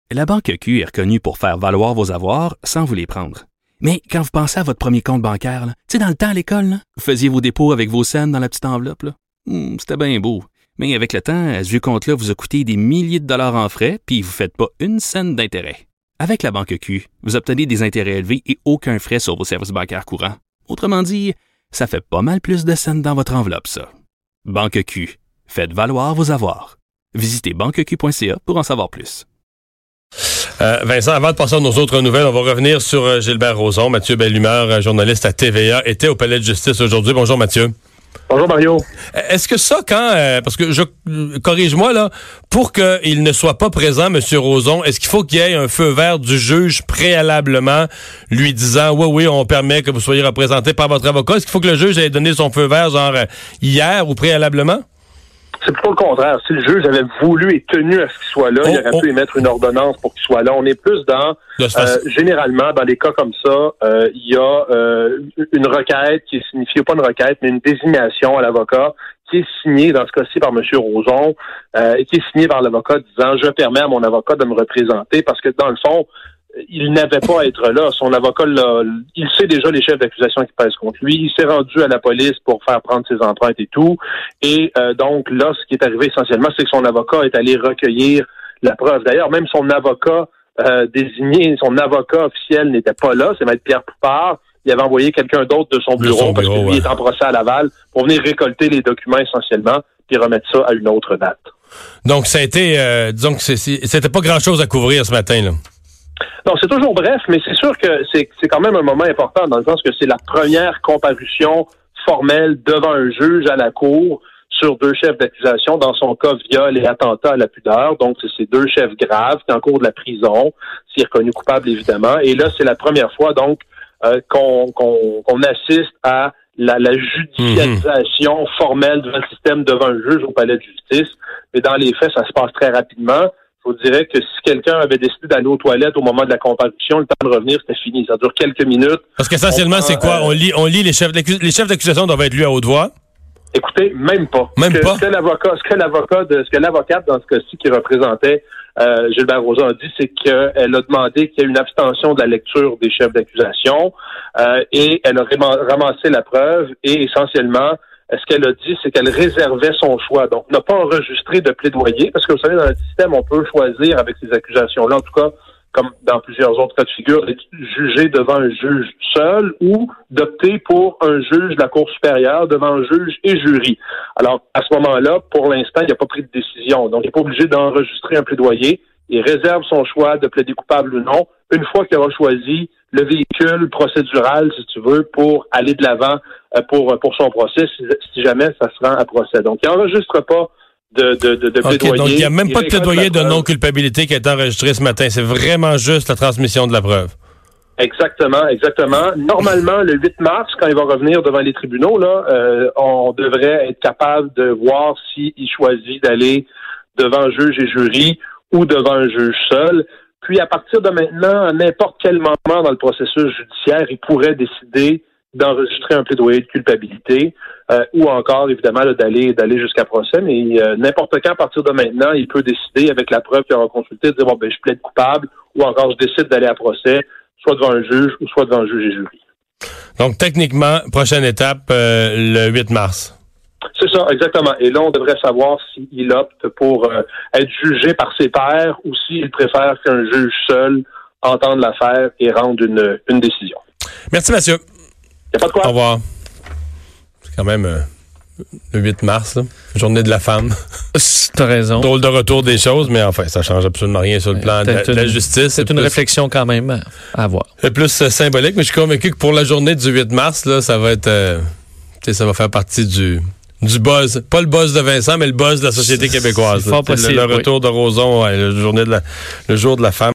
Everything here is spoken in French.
La Banque Q est reconnue pour faire valoir vos avoirs sans vous les prendre. Mais quand vous pensez à votre premier compte bancaire, tu sais, dans le temps à l'école, là, vous faisiez vos dépôts avec vos scènes dans la petite enveloppe. Là. C'était bien beau. Mais avec le temps, ce vieux compte-là vous a coûté des milliers de dollars en frais, puis vous ne faites pas une scène d'intérêt. Avec la Banque Q, vous obtenez des intérêts élevés et aucun frais sur vos services bancaires courants. Autrement dit, ça fait pas mal plus de scènes dans votre enveloppe, ça. Banque Q. Faites valoir vos avoirs. Visitez banqueq.ca pour en savoir plus. Vincent, avant de passer à nos autres nouvelles, on va revenir sur Gilbert Rozon. Mathieu Bellumeur, journaliste à TVA, était au Palais de justice aujourd'hui. Bonjour Mathieu. Bonjour Mario. Est-ce que ça, parce que corrige-moi là, pour qu'il ne soit pas présent, M. Rozon, est-ce qu'il faut qu'il y ait un feu vert du juge préalablement, lui disant oui, on permet que vous soyez représenté par votre avocat? Est-ce qu'il faut que le juge ait donné son feu vert, genre hier ou préalablement? C'est plutôt le contraire. Si le juge avait voulu et tenu à ce qu'il soit là, il aurait pu émettre une ordonnance pour qu'il soit là. On est plus dans, généralement, dans des cas comme ça, il y a une requête qui est signifiée, pas une requête, mais une désignation à l'avocat qui est signée, dans ce cas-ci, par M. Rozon, et qui est signée par l'avocat disant « Je permets à mon avocat de me représenter » parce que, dans le fond, il n'avait pas à être là. Son avocat, il sait déjà les chefs d'accusation qui pèsent contre lui. Il s'est rendu à la police pour faire prendre ses empreintes et tout. Et donc là, ce qui est arrivé essentiellement, c'est que son avocat est allé recueillir la preuve. D'ailleurs, même son avocat désigné, son avocat officiel n'était pas là. C'est Maître Pierre Poupard. Il avait envoyé quelqu'un d'autre de son bureau parce que lui est en procès à Laval pour venir récolter les documents essentiellement puis remettre ça à une autre date. Donc, ça a été, disons que c'était pas grand-chose à couvrir ce matin, là. Non, c'est toujours bref, mais c'est sûr que c'est quand même un moment important dans le sens que c'est la première comparution formelle devant un juge à la cour sur deux chefs d'accusation, dans son cas viol et attentat à la pudeur. Donc, c'est ces deux chefs graves qui en cours de la prison, s'il est reconnu coupable évidemment. Et là, c'est la première fois donc qu'on assiste à la judicialisation formelle d'un système devant un juge au palais de justice. Mais dans les faits, ça se passe très rapidement. Je vous dirais que si quelqu'un avait décidé d'aller aux toilettes au moment de la comparution, le temps de revenir, c'était fini. Ça dure quelques minutes. Parce qu'essentiellement, c'est quoi? On lit les chefs d'accusation doivent être lus à haute voix? Écoutez, même pas. Ce que l'avocate, dans ce cas-ci, qui représentait Gilbert Rozon a dit, c'est qu'elle a demandé qu'il y ait une abstention de la lecture des chefs d'accusation et elle a ramassé la preuve et essentiellement, ce qu'elle a dit, c'est qu'elle réservait son choix. Donc, n'a pas enregistré de plaidoyer, parce que vous savez, dans le système, on peut choisir avec ces accusations-là, en tout cas, comme dans plusieurs autres cas de figure, d'être jugé devant un juge seul ou d'opter pour un juge de la Cour supérieure devant un juge et jury. Alors, à ce moment-là, pour l'instant, il n'a pas pris de décision. Donc, il n'est pas obligé d'enregistrer un plaidoyer. Il réserve son choix de plaider coupable ou non une fois qu'il aura choisi le véhicule procédural, si tu veux, pour aller de l'avant pour son procès, si jamais ça se rend à procès. Donc, il n'enregistre pas de plaidoyer. Donc, il n'y a même pas de plaidoyer de non-culpabilité qui a été enregistré ce matin. C'est vraiment juste la transmission de la preuve. Exactement. Normalement, le 8 mars, quand il va revenir devant les tribunaux, là, on devrait être capable de voir s'il choisit d'aller devant un juge et jury ou devant un juge seul. Puis, à partir de maintenant, à n'importe quel moment dans le processus judiciaire, il pourrait décider d'enregistrer un plaidoyer de culpabilité ou encore, évidemment, là, d'aller jusqu'à procès. Mais n'importe quand, à partir de maintenant, il peut décider, avec la preuve qu'il aura consultée, de dire, bon, ben, je plaide coupable ou encore je décide d'aller à procès, soit devant un juge ou soit devant un juge et jury. Donc, techniquement, prochaine étape, le 8 mars. C'est ça, exactement. Et là, on devrait savoir s'il opte pour être jugé par ses pairs ou s'il préfère qu'un juge seul entende l'affaire et rende une décision. Merci, Mathieu. Il n'y a pas de quoi. Au revoir. C'est quand même le 8 mars, là, journée de la femme. T'as raison. Drôle de retour des choses, mais enfin, ça change absolument rien sur le plan de la justice. C'est une réflexion quand même à avoir. C'est plus symbolique, mais je suis convaincu que pour la journée du 8 mars, là, ça va être... ça va faire partie du buzz. Pas le buzz de Vincent, mais le buzz de la société québécoise. C'est fort possible, le retour de Rozon, le jour de la femme.